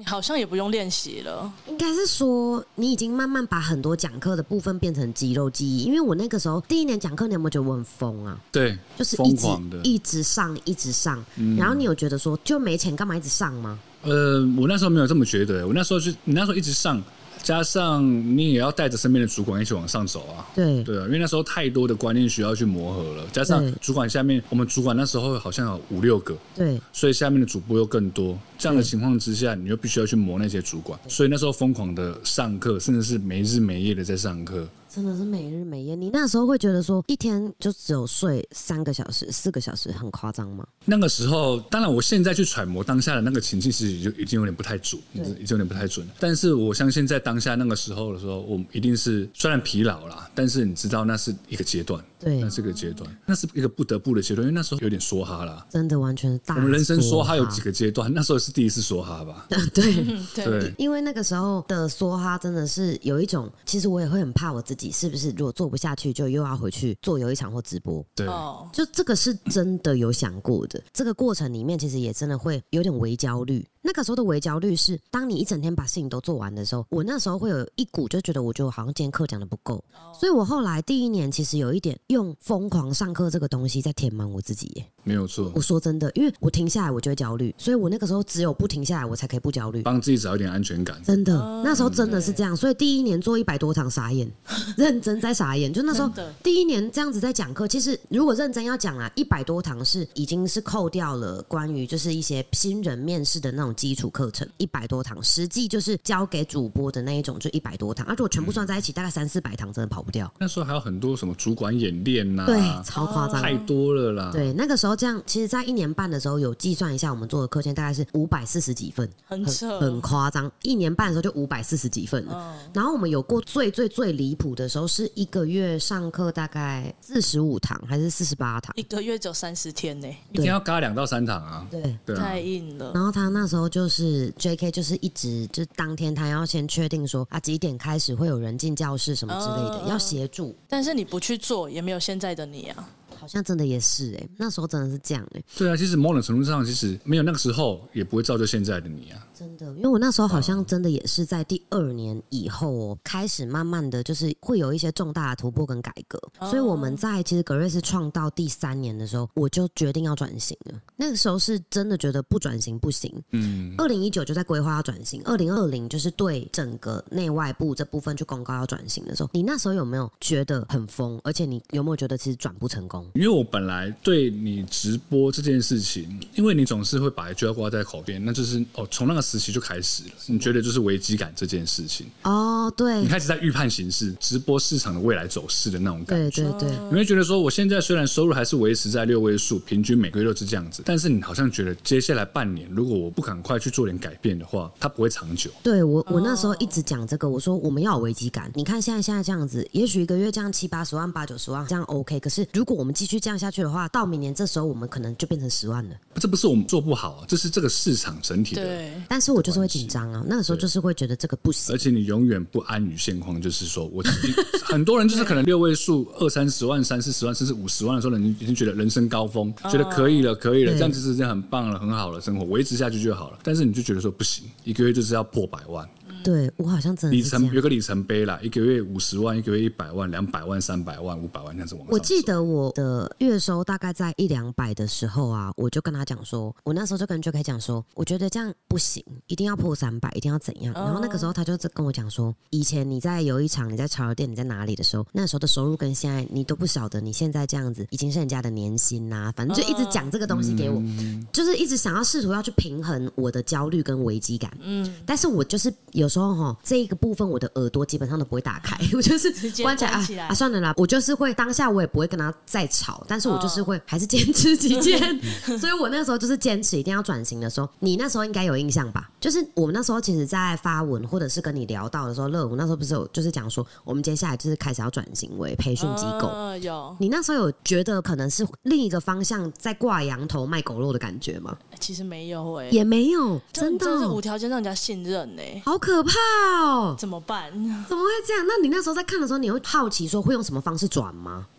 好像也不用练习了。 应该是说你已经慢慢把很多讲课的部分变成肌肉记忆。因为我那个时候第一年讲课，你有没有觉得我很疯啊？ 对， 就是疯狂的一直上一直上，然后你有觉得说就没钱干嘛一直上吗？ 我那时候没有这么觉得，我那时候你那时候一直上。加上你也要带着身边的主管一起往上走啊， 对啊，因为那时候太多的观念需要去磨合了，加上主管下面，我们主管那时候好像有5-6个， 对， 所以下面的主播又更多，这样的情况之下，你又必须要去磨那些主管，所以那时候疯狂的上课，甚至是没日没夜的在上课。 真的是没日没夜。你那时候会觉得说一天就只有睡3个小时、4个小时，很夸张吗？ 那个时候，当然我现在去揣摩当下的那个情境，其实已经有点不太准，已经有点不太准。但是我相信在当下那个时候的时候，我们一定是虽然疲劳啦，但是你知道那是一个阶段。 对， 那是个阶段，那是一个不得不的阶段，因为那时候有点梭哈啦， 真的完全是大。 我们人生梭哈有几个阶段，那时候是第一次梭哈吧？ 对，因为那个时候的梭哈真的是有一种，其实我也会很怕我自己是不是如果做不下去，就又要回去做游艺场或直播。 对， 就这个是真的有想过的。这个过程里面，其实也真的会有点微焦虑。那个时候的微焦虑是，当你一整天把事情都做完的时候，我那时候会有一股就觉得，我觉得我好像今天课讲的不够，所以我后来第1年其实有一点用疯狂上课这个东西在填满我自己耶。 没有错。 我说真的，因为我停下来我就会焦虑，所以我那个时候只有不停下来，我才可以不焦虑， 帮自己找一点安全感。 真的，那时候真的是这样，所以第1年做100多堂傻眼，认真在傻眼。就那时候第1年这样子在讲课，其实如果认真要讲啊，100多堂是已经是扣掉了关于就是一些新人面试的那种基础课程，100多堂，实际就是交给主播的那一种就100多堂，如果全部算在一起，大概300-400堂，真的跑不掉。 那时候还有很多什么主管演练呐， 对，超夸张， 太多了啦。 对，那个时候这样，其实在1年半的时候有计算一下，我们做的课件大概是540几份， 很扯， 很夸张。1年半的时候就540几份了。然后我们有过最离谱的时候，是1个月上课大概45堂还是48堂 ，1个月只有30天呢， 一天要嘎2到3堂啊。 对， 太硬了。 然后他那时候就是 JK 就是一直就当天他要先确定说几点开始会有人进教室什么之类的，要协助。 但是你不去做，也没有现在的你啊。 好像真的也是那时候真的是这样对啊，其实某种程度上，其实没有那个时候，也不会造就现在的你啊。 真的，因为我那时候好像真的也是在第2年以后开始慢慢的就是会有一些重大的突破跟改革，所以我们在其实格瑞斯创到第3年的时候，我就决定要转型了。那个时候是真的觉得不转型不行。2019就在规划要转型，2020就是对整个内外部这部分去公告要转型的时候，你那时候有没有觉得很疯？而且你有没有觉得其实转不成功？ 因为我本来对你直播这件事情，因为你总是会把一句话挂在口边，那就是从那个时期就开始了，你觉得就是危机感这件事情对，你开始在预判形势、直播市场的未来走势的那种感觉。 对， 你会觉得说，我现在虽然收入还是维持在6位数，平均每个月都是这样子，但是你好像觉得接下来半年，如果我不赶快去做点改变的话，它不会长久。 对，我那时候一直讲这个，我说我们要有危机感。你看现在这样子，也许1个月这样70-80万、80-90万这样 OK， 可是如果我们继续这样下去的话，到明年这时候我们可能就变成10万了。这不是我们做不好，这是这个市场整体的。 对， 但是我就是会紧张啊，那个时候就是会觉得这个不行， 而且你永远不安于现况，就是说我很多人就是可能6位数20-30万、30-40万甚至50万的时候，已经觉得人生高峰，觉得可以了，这样子是件很棒了、很好的生活，维持下去就好了。但是你就觉得说不行，1个月就是要破100万。 对，我好像真的是这样， 有个里程碑啦，1个月50万，1个月100万、200万、300万、500万，这样子往上走。 我记得我的月收大概在100-200的时候啊，我就跟他讲说，我那时候就跟 JK 讲说，我觉得这样不行，一定要破300，一定要怎样。然后那个时候他就跟我讲说，以前你在游艺场、你在潮流店、你在哪里的时候，那时候的收入跟现在你都不晓得，你现在这样子已经是人家的年薪啊，反正就一直讲这个东西给我，就是一直想要试图要去平衡我的焦虑跟危机感。但是我就是有时候这一个部分我的耳朵基本上都不会打开，我就是关起来算了啦，我就是会当下我也不会跟他再吵，但是我就是会还是坚持己见。所以我那时候就是坚持一定要转型的时候，你那时候应该有印象吧？就是我们那时候其实在发文或者是跟你聊到的时候，乐舞那时候不是有就是讲说我们接下来就是开始要转型为培训机构。 有， 你那时候有觉得可能是另一个方向在挂羊头卖狗肉的感觉吗？ 其实没有也没有，真的是无条件让人家信任好可怕怎么办？ 怎么会这样？那你那时候在看的时候，你会好奇说会用什么方式转吗？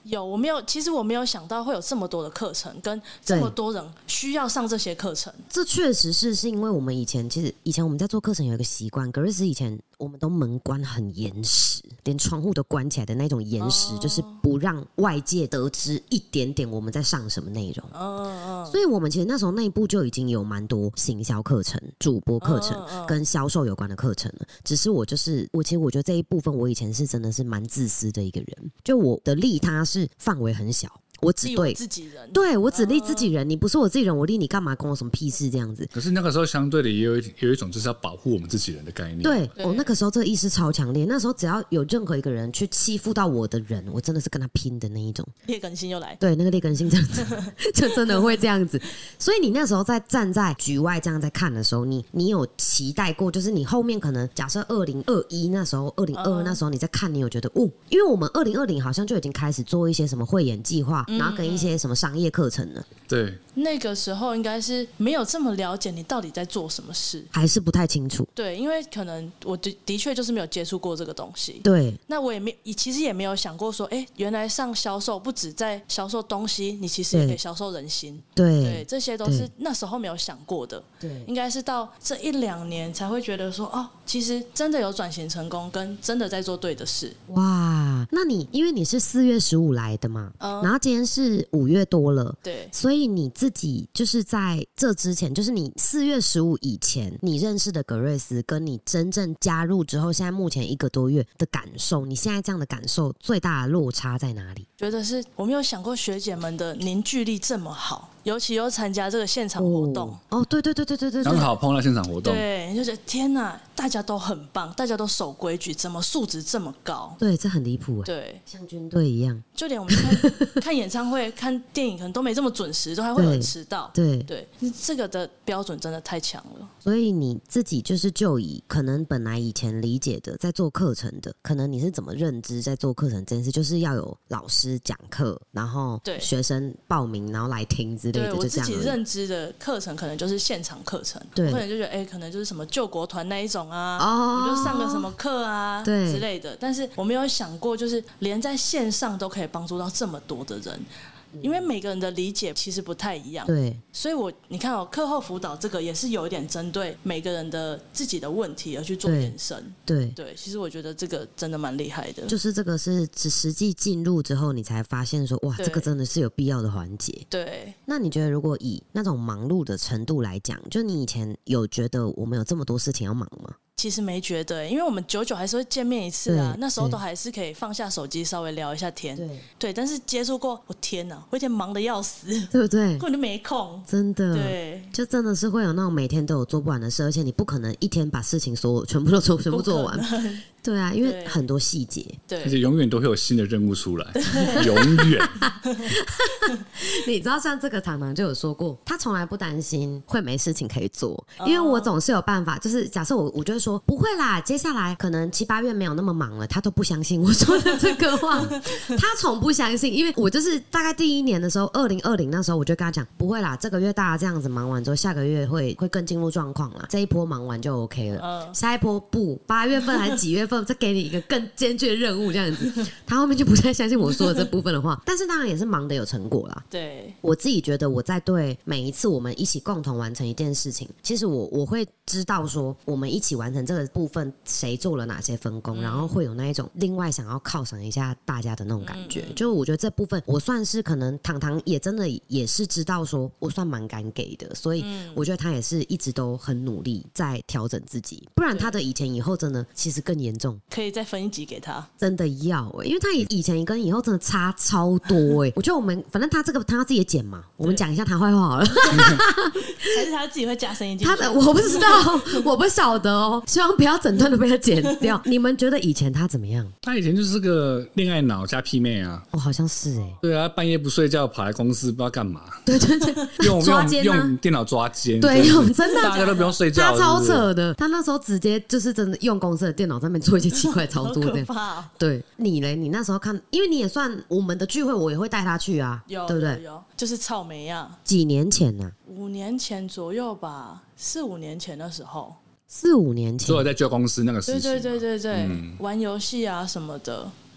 其实我没有想到会有这么多的课程，跟这么多人需要上这些课程。 这确实是因为我们以前我们在做课程有一个习惯，格瑞斯以前我们都门关很严实，连窗户都关起来的那种严实，就是不让外界得知一点点我们在上什么内容。所以我们其实那时候内部就已经有蛮多行销课程、主播课程跟销售有关的课程了。只是其实我觉得这一部分我以前是真的是蛮自私的一个人，就我的利他是范围很小。我只对自己人， 对我只利自己人，你不是我自己人，我利你干嘛？关我什么屁事？这样子。 可是那个时候相对的也有一种就是要保护我们自己人的概念。 对，那个时候这个意识超强烈。那时候只要有任何一个人去欺负到我的人，我真的是跟他拼的那一种。 劣根性又来， 对，那个劣根性这样子，就真的会这样子。所以你那时候在站在局外这样在看的时候，你有期待过，就是你后面可能假设2021那时候，2022那时候你在看，你有觉得因为我们2020好像就已经开始做一些什么汇演计划，然后跟一些什么商业课程了。 对， 那个时候应该是没有这么了解你到底在做什么事， 还是不太清楚。 对，因为可能我的确就是没有接触过这个东西。 对， 那我其实也没有想过说，原来上销售不止在销售东西，你其实也可以销售人心。 对， 这些都是那时候没有想过的。 对， 应该是到这1-2年才会觉得说，其实真的有转型成功，跟真的在做对的事。 哇，那因为你是4月15来的嘛，然后今天是5月多了， 对， 所以你自己就是在这之前，就是你4月15以前，你认识的格瑞斯，跟你真正加入之后，现在目前1个多月的感受，你现在这样的感受最大的落差在哪里？ 觉得是我没有想过学姐们的凝聚力这么好。尤其又参加这个现场活动对， 刚好碰到现场活动， 对，你就觉得天哪，大家都很棒，大家都守规矩，怎么素质这么高？ 对，这很离谱， 对， 像军队一样， 就连我们看演唱会、看电影，可能都没这么准时，都还会有人迟到。 对， 这个的标准真的太强了。 所以你自己就以可能本来以前理解的，在做课程的，可能你是怎么认知在做课程这件事，就是要有老师讲课，然后学生报名，然后来听之类的。 对，我自己认知的课程可能就是现场课程，我可能就觉得可能就是什么救国团那一种啊，我就上个什么课啊之类的，但是我没有想过，就是连在线上都可以帮助到这么多的人。因为每个人的理解其实不太一样， 对， 所以你看课后辅导这个也是有一点针对每个人的自己的问题而去做延伸，对，其实我觉得这个真的蛮厉害的， 就是这个是实际进入之后你才发现说，哇，这个真的是有必要的环节。 对， 那你觉得如果以那种忙碌的程度来讲，就你以前有觉得我们有这么多事情要忙吗？ 其实没觉得，因为我们久久还是会见面一次啊，那时候都还是可以放下手机稍微聊一下天，对，但是接触过，我天哪，我一天忙得要死， 对不对？ 根本就没空， 真的， 对， 就真的是会有那种每天都有做不完的事，而且你不可能一天把事情全部做完，对啊，因为很多细节， 对， 而且永远都会有新的任务出来，永远。 你知道，像这个糖糖就有说过，他从来不担心会没事情可以做，因为我总是有办法。就是假设我就会说不会啦，接下来可能7、8月没有那么忙了，他都不相信我说的这个话，他从不相信，因为我就是大概第1年的时候，2020那时候我就跟他讲，不会啦，这个月大家这样子忙完之后，下个月会更进入状况啦，这一波忙完就 OK 了，下一波不8月份还是几月份再给你一个更艰巨的任务这样子，他后面就不太相信我说的这部分的话，但是当然也是忙得有成果啦。 对， 我自己觉得我在对每一次我们一起共同完成一件事情，其实我会知道说我们一起完成这个部分谁做了哪些分工，然后会有那一种另外想要犒赏一下大家的那种感觉，就我觉得这部分我算是可能糖糖也真的也是知道说我算蛮敢给的，所以我觉得他也是一直都很努力在调整自己，不然他的以前以后真的其实更严重， 可以再分一集给他， 真的要因为他以前跟以后真的差超多我觉得我们反正他这个他自己也剪嘛，我们讲一下他坏话好了还是他自己会加声音进去？ 他的我不知道我不晓得希望不要整段都被他剪掉你们觉得以前他怎么样？ 他以前就是个恋爱脑加屁妹啊， 好像是对啊，半夜不睡觉跑来公司不知道干嘛， 对用电脑抓奸， 对，真的大家都不用睡觉， 他超扯的，他那时候直接就是真的用公司的电脑在那边做一些奇怪操作这样对，你嘞，你那时候看，因为你也算我们的聚会我也会带他去啊，对不对？ 有就是草莓啊， 几年前啊 5年前左右吧，4、5年前的时候 ，4、5年前， 所以我在旧公司那个时期， 对，玩游戏啊什么的。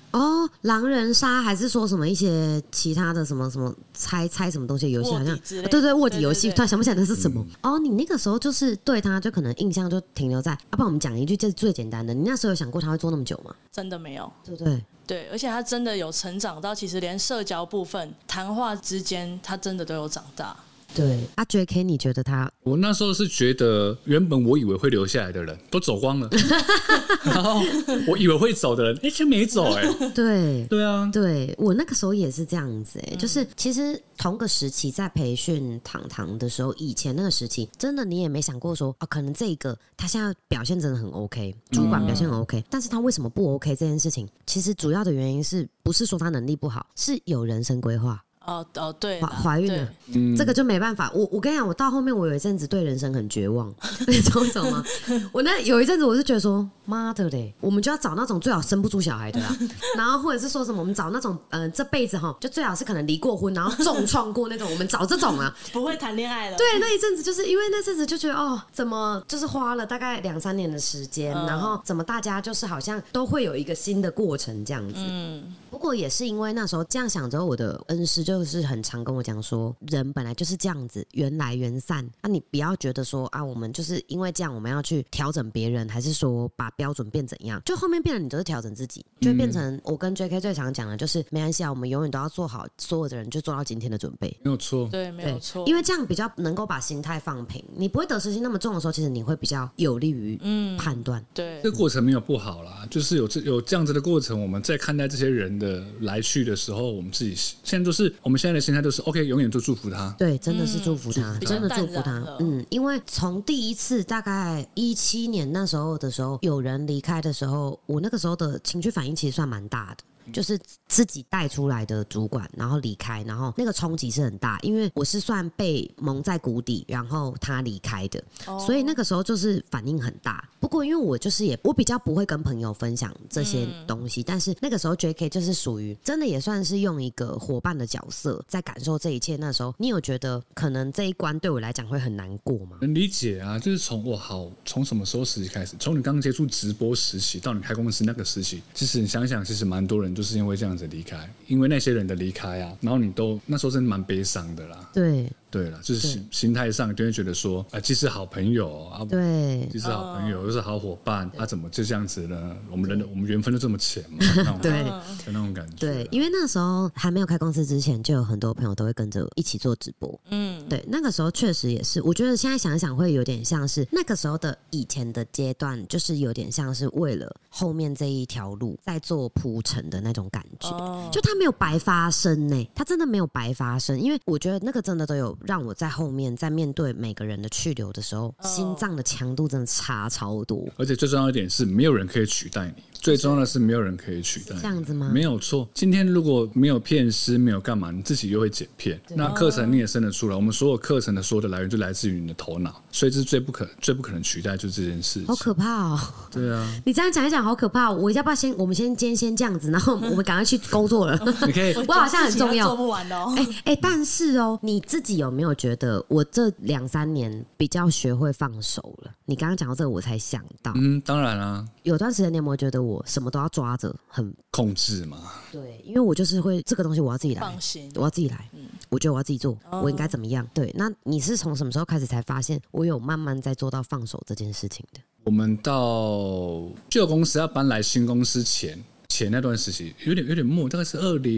哦，狼人杀还是说什么一些其他的什么什么猜什么东西的游戏，好像对卧底游戏，突然想不起来那是什么。哦，你那个时候就是对他就可能印象就停留在，不然我们讲一句就是最简单的，你那时候有想过他会做那么久吗？ 真的没有， 对不对？ 对，而且他真的有成长到，其实连社交部分、谈话之间，他真的都有长大。 对啊 ，JK， 你觉得他？ 我那时候是觉得，原本我以为会留下来的人都走光了，然后我以为会走的人，却没走对对啊， 对我那个时候也是这样子就是其实同个时期在培训糖的时候，以前那个时期，真的你也没想过说可能这个他现在表现真的很 OK， 主管表现很 OK，但是他为什么不 OK 这件事情，其实主要的原因是不是说他能力不好，是有人生规划。 对， 怀孕了，这个就没办法。我跟你讲，我到后面我有一阵子对人生很绝望，你知道为什么吗？我那有一阵子我是觉得说，妈的嘞，我们就要找那种最好生不出小孩的啦，然后或者是说什么，我们找那种这辈子就最好是可能离过婚，然后重创过那种，我们找这种啊， 不会谈恋爱了。 对，那一阵子就是因为那阵子就觉得怎么就是花了大概2-3年的时间，然后怎么大家就是好像都会有一个新的过程这样子。不过也是因为那时候这样想之后，我的恩师就是很常跟我讲说，人本来就是这样子，缘来缘散。你不要觉得说我们就是因为这样我们要去调整别人，还是说把标准变怎样？就后面变成你都是调整自己，就会变成我跟 JK 最常讲的就是没关系我们永远都要做好所有的人就做到今天的准备， 没有错， 对，没有错， 因为这样比较能够把心态放平，你不会得失心那么重的时候，其实你会比较有利于判断。 对， 这个过程没有不好啦，就是有这样子的过程，我们在看待这些人的来去的时候，我们自己现在都是我们现在的心态都是 OK， 永远都祝福他。 对，真的是祝福他，真的祝福他。因为从第一次大概17年那时候的时候，有人离开的时候，我那个时候的情绪反应其实算蛮大的。就是自己带出来的主管，然后离开，然后那个冲击是很大，因为我是算被蒙在鼓底，然后他离开的，所以那个时候就是反应很大。不过因为我就是我比较不会跟朋友分享这些东西，但是那个时候 JK 就是属于真的也算是用一个伙伴的角色在感受这一切。那时候你有觉得可能这一关对我来讲会很难过吗？ 能理解啊，就是从什么时候时期开始？从你刚接触直播时期到你开公司那个时期，其实你想想，其实蛮多人就是因为这样子离开，因为那些人的离开然后你都那时候真的蛮悲伤的啦。对了，就是心态上就会觉得说，既是好朋友对，既是好朋友又是好伙伴，怎么就这样子呢？我们缘分就这么浅嘛？对，那种感觉。对， 因为那时候还没有开公司之前，就有很多朋友都会跟着一起做直播。对，那个时候确实也是，我觉得现在想一想会有点像是那个时候的以前的阶段，就是有点像是为了后面这一条路在做铺陈的那种感觉。就他没有白发生他真的没有白发生，因为我觉得那个真的都有让我在后面在面对每个人的去留的时候，心脏的强度真的差超多。 而且最重要一点是，没有人可以取代你。最重要的是，没有人可以取代你。 这样子吗？ 没有错。今天如果没有片师，没有干嘛，你自己又会剪片，那课程你也生得出来。我们所有课程的所有的来源就来自于你的头脑，所以这是最不可能取代，就是这件事情。好可怕哦！ 对啊， 你这样讲一讲好可怕。我要不要我们今天先这样子，然后我们赶快去工作了？ 你可以， 我好像很重要， 做不完的哦。 但是你自己有没有觉得我这2-3年比较学会放手了？你刚刚讲到这个，我才想到。 当然啦。 有段时间你有没有觉得我什么都要抓着，很控制嘛？ 对，因为我就是会这个东西我要自己来， 放心， 我要自己来。我觉得我要自己做，我应该怎么样？对，那你是从什么时候开始才发现我有慢慢在做到放手这件事情的？ 我们到旧公司要搬来新公司前那段时期有点末，大概是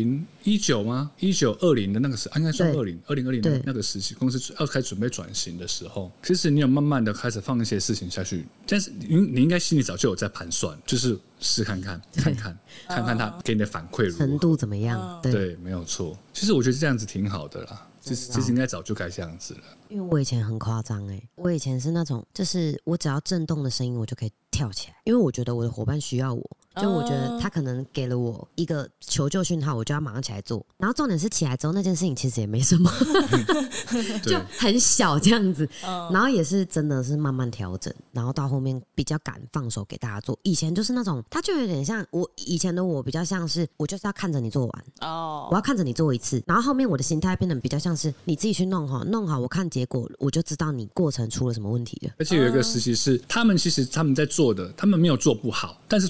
2019吗？1920的那个时候，应该算2020的那个时期，公司要开始准备转型的时候，其实你有慢慢的开始放一些事情下去，但是你应该心里早就有在盘算，就是试看看他给你的反馈如何， 程度怎么样？ 对，没有错。其实我觉得这样子挺好的啦。其实应该早就该这样子了。 因为我以前很夸张我以前是那种，就是我只要震动的声音，我就可以跳起来，因为我觉得我的伙伴需要我。就我觉得他可能给了我一个求救讯号，我就要马上起来做。然后重点是起来之后那件事情其实也没什么，就很小这样子。然后也是真的是慢慢调整，然后到后面比较敢放手给大家做。以前就是那种，他就有点像我以前的我，比较像是我就是要看着你做完我要看着你做一次。然后后面我的心态变得比较像是你自己去弄好，我看结果我就知道你过程出了什么问题了。 而且有一个时期是他们其实他们在做的，他们没有做不好，但是做的不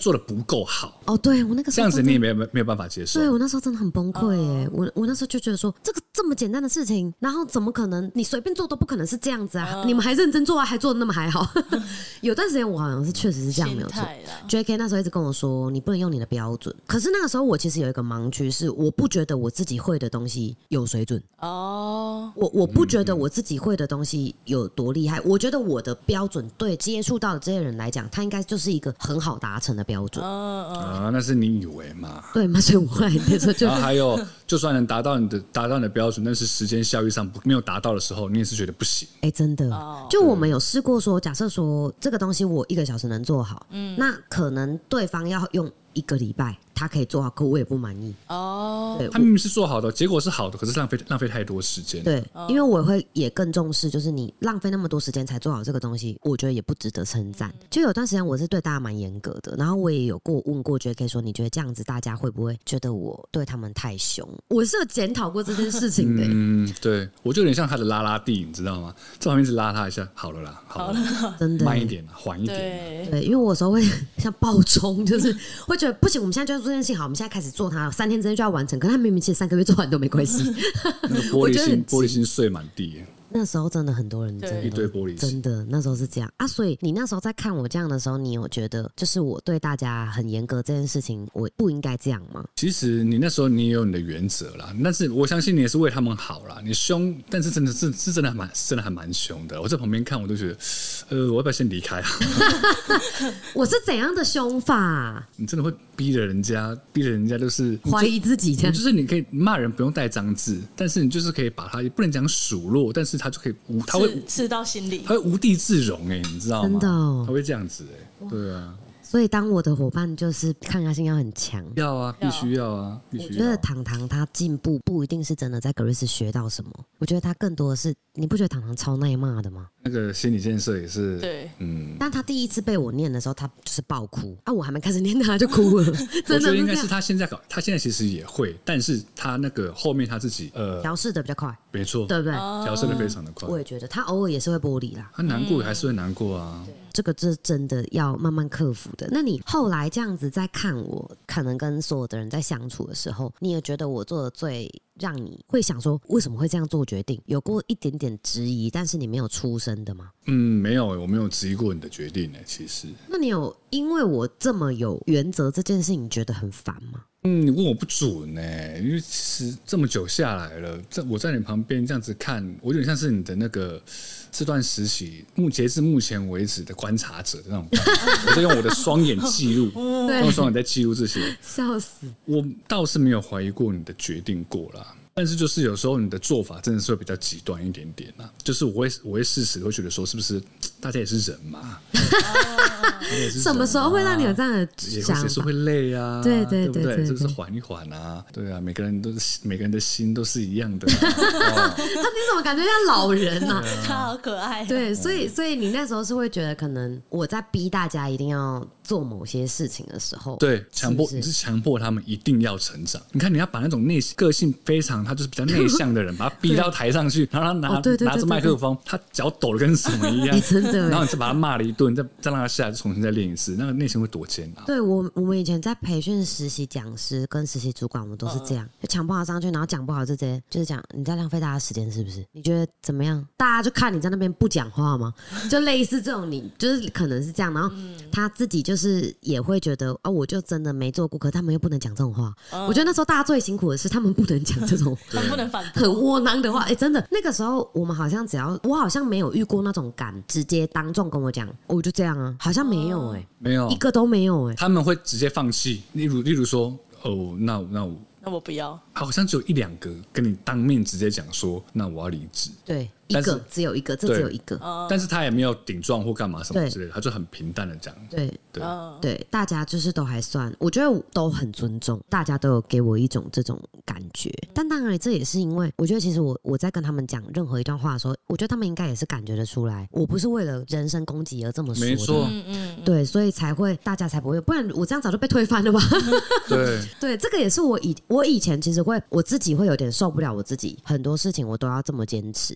够好。 哦，对我那个时候这样子你也没有办法接受。 对我那时候真的很崩溃耶，我那时候就觉得说，这个这么简单的事情，然后怎么可能你随便做都不可能是这样子啊？你们还认真做啊，还做的那么还好。有段时间我好像是确实是这样没有错。JK 那时候一直跟我说，你不能用你的标准。可是那个时候我其实有一个盲区是，我不觉得我自己会的东西有水准。我不觉得我自己会的东西有多厉害。我觉得我的标准对接触到的这些人来讲，他应该就是一个很好达成的标准。 那是你以为嘛？ 对嘛？所以我后来那时候就， 然后还有，就算能达到你的标准，但是时间效益上没有达到的时候，你也是觉得不行。 真的，就我们有试过说，假设说这个东西我1个小时能做好，那可能对方要用1个礼拜，他可以做好，可我也不满意。 他明明是做好的，结果是好的，可是浪费太多时间。 对，因为我会也更重视，就是你浪费那么多时间才做好这个东西，我觉得也不值得称赞。就有段时间我是对大家蛮严格的，然后我也有问过 JK 说，你觉得这样子大家会不会觉得我对他们太凶？我是有检讨过这件事情的。 对，我就有点像他的拉拉蒂，你知道吗？在旁边一直拉他一下，好了啦，好了， 真的慢一点，缓一点。 对，因为我有时候会像暴冲，就是会觉得不行，我们现在就要做这件事情，好，我们现在开始做它，3天之内就要完成。可是他明明其实3个月做完都没关系。 那个玻璃心碎满地。 那时候真的很多人真的一堆玻璃心， 真的那时候是这样啊。所以你那时候在看我这样的时候，你有觉得就是我对大家很严格这件事情，我不应该这样吗？ 其实你那时候你也有你的原则啦，但是我相信你也是为他们好啦。你凶，但是真的还蛮凶的。我在旁边看，我都觉得，我要不要先离开啊？ 我是怎样的凶法？ 你真的会逼着人家就是怀疑自己这样。 就是你可以骂人不用带脏字，但是你就是可以把他，也不能讲数落，但是他就可以他会刺到心里， 他会无地自容你知道吗？ 真的他会这样子对啊。 所以当我的伙伴就是抗压性要很强， 要啊，必须要啊，必须要。 我觉得糖糖他进步不一定是真的在格瑞斯学到什么，我觉得他更多的是，你不觉得糖糖超耐骂的吗？ 那个心理建设也是对， 但他第一次被我念的时候，他就是爆哭啊！我还没开始念他就哭了，真的。 我觉得应该是他现在其实也会，但是他那个后面他自己调试的比较快， 没错， 对不对？ 调试的非常的快。 我也觉得他偶尔也是会玻璃啦， 他难过还是会难过啊。 这个是真的要慢慢克服的。那你后来这样子在看我，可能跟所有的人在相处的时候，你也觉得我做的最让你会想说为什么会这样做决定，有过一点点质疑，但是你没有出声的吗？ 没有我没有质疑过你的决定其实。 那你有因为我这么有原则这件事情，你觉得很烦吗？ 你问我不准因为其实这么久下来了，我在你旁边这样子看，我有点像是你的那个这段时期截至目前为止的观察者的那种感觉。我在用我的双眼记录，用双眼在记录这些， 笑死！我倒是没有怀疑过你的决定过啦。但是就是有时候你的做法真的是会比较极端一点点啦，就是我会适时会觉得说，是不是大家也是人嘛？ 什么时候会让你有这样的想法？ 也是会累啊， 对不对？就是缓一缓啊，对啊，每个人的心都是一样的。 那你怎么感觉像老人啊？ 他好可爱。 对，所以你那时候是会觉得，可能我在逼大家一定要做某些事情的时候， 对，你是强迫他们一定要成长。你看，你要把那种个性非常他就是比较内向的人，把他逼到台上去，然后他拿着麦克风，他脚抖得跟什么一样， 真的。 然后你再把他骂了一顿，再让他下来重新再练一次，那个内心会多煎熬。 对，我们以前在培训实习讲师跟实习主管，我们都是这样，就强迫他上去，然后讲不好就直接就是讲你在浪费大家时间，是不是？你觉得怎么样？大家就看你在那边不讲话吗？就类似这种，你就是可能是这样，然后他自己就是也会觉得我就真的没做过，可是他们又不能讲这种话。我觉得那时候大家最辛苦的是他们不能讲这种他们不能反驳很窝囊的话。真的那个时候我们好像我好像没有遇过那种敢直接当众跟我讲我就这样啊，好像没有没有一个都没有他们会直接放弃。例如说那我不要， 好像只有1-2个跟你当面直接讲说，那我要离职。 对，只有一个，这只有一个。 但是他也没有顶撞或干嘛什么之类的，他就很平淡的讲。 对，大家就是都还算，我觉得都很尊重，大家都有给我一种这种感觉。但当然，这也是因为我觉得，其实我在跟他们讲任何一段话的时候，我觉得他们应该也是感觉得出来，我不是为了人身攻击而这么说的。 没错， 对，所以大家才不会，不然我这样早就被推翻了吧？对，这个也是我以前其实我自己会有点受不了我自己，很多事情我都要这么坚持，这么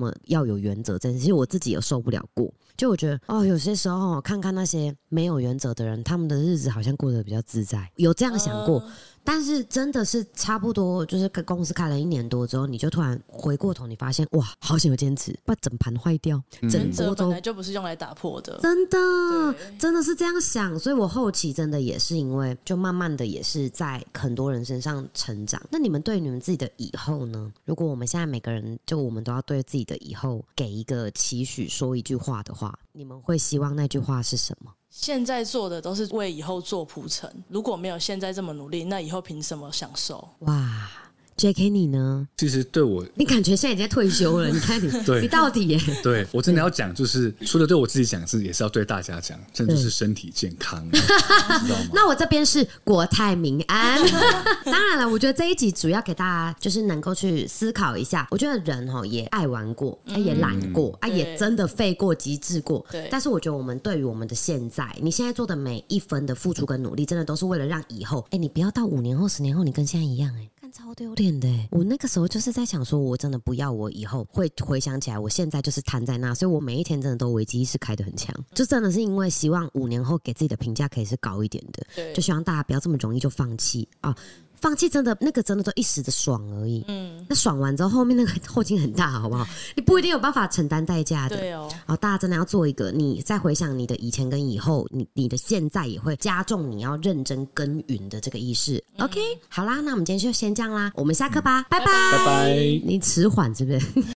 么要有原则这件事，其实我自己也受不了过。就我觉得哦，有些时候看看那些没有原则的人，他们的日子好像过得比较自在，有这样想过。但是真的是差不多，就是跟公司开了1年多之后，你就突然回过头，你发现哇，好想有坚持，不然整盘坏掉，整锅本来就不是用来打破的， 真的，真的是这样想。所以我后期真的也是因为，就慢慢的也是在很多人身上成长。那你们对你们自己的以后呢？如果我们现在每个人就我们都要对自己的以后给一个期许，说一句话的话，你们会希望那句话是什么？ 现在做的都是为以后做铺陈，如果没有现在这么努力，那以后凭什么享受？ 哇，JK 你呢？ 其实对我， 你感觉现在已经在退休了，你看你，你到底耶？ 对我真的要讲，就是除了对我自己讲，也是要对大家讲，真的就是身体健康，知道吗？ 那我这边是国泰民安。当然了，我觉得这一集主要给大家就是能够去思考一下。我觉得人也爱玩过，也懒过，也真的废过、极致过。但是我觉得我们对于我们的现在，你现在做的每一分的付出跟努力，真的都是为了让以后，你不要到5年后、10年后，你跟现在一样，超丢脸的。我那个时候就是在想说，我真的不要我以后会回想起来，我现在就是瘫在那，所以我每一天真的都危机意识开得很强，就真的是因为希望5年后给自己的评价可以是高一点的，就希望大家不要这么容易就放弃啊。放弃真的那个真的都一时的爽而已，那爽完之后后面那个后劲很大，好不好？你不一定有办法承担代价的。对哦，大家真的要做一个，你再回想你的以前跟以后，你的现在也会加重你要认真耕耘的这个意识。OK， 好啦，那我们今天就先这样啦，我们下课吧，拜拜， 拜拜。 你迟缓是不是？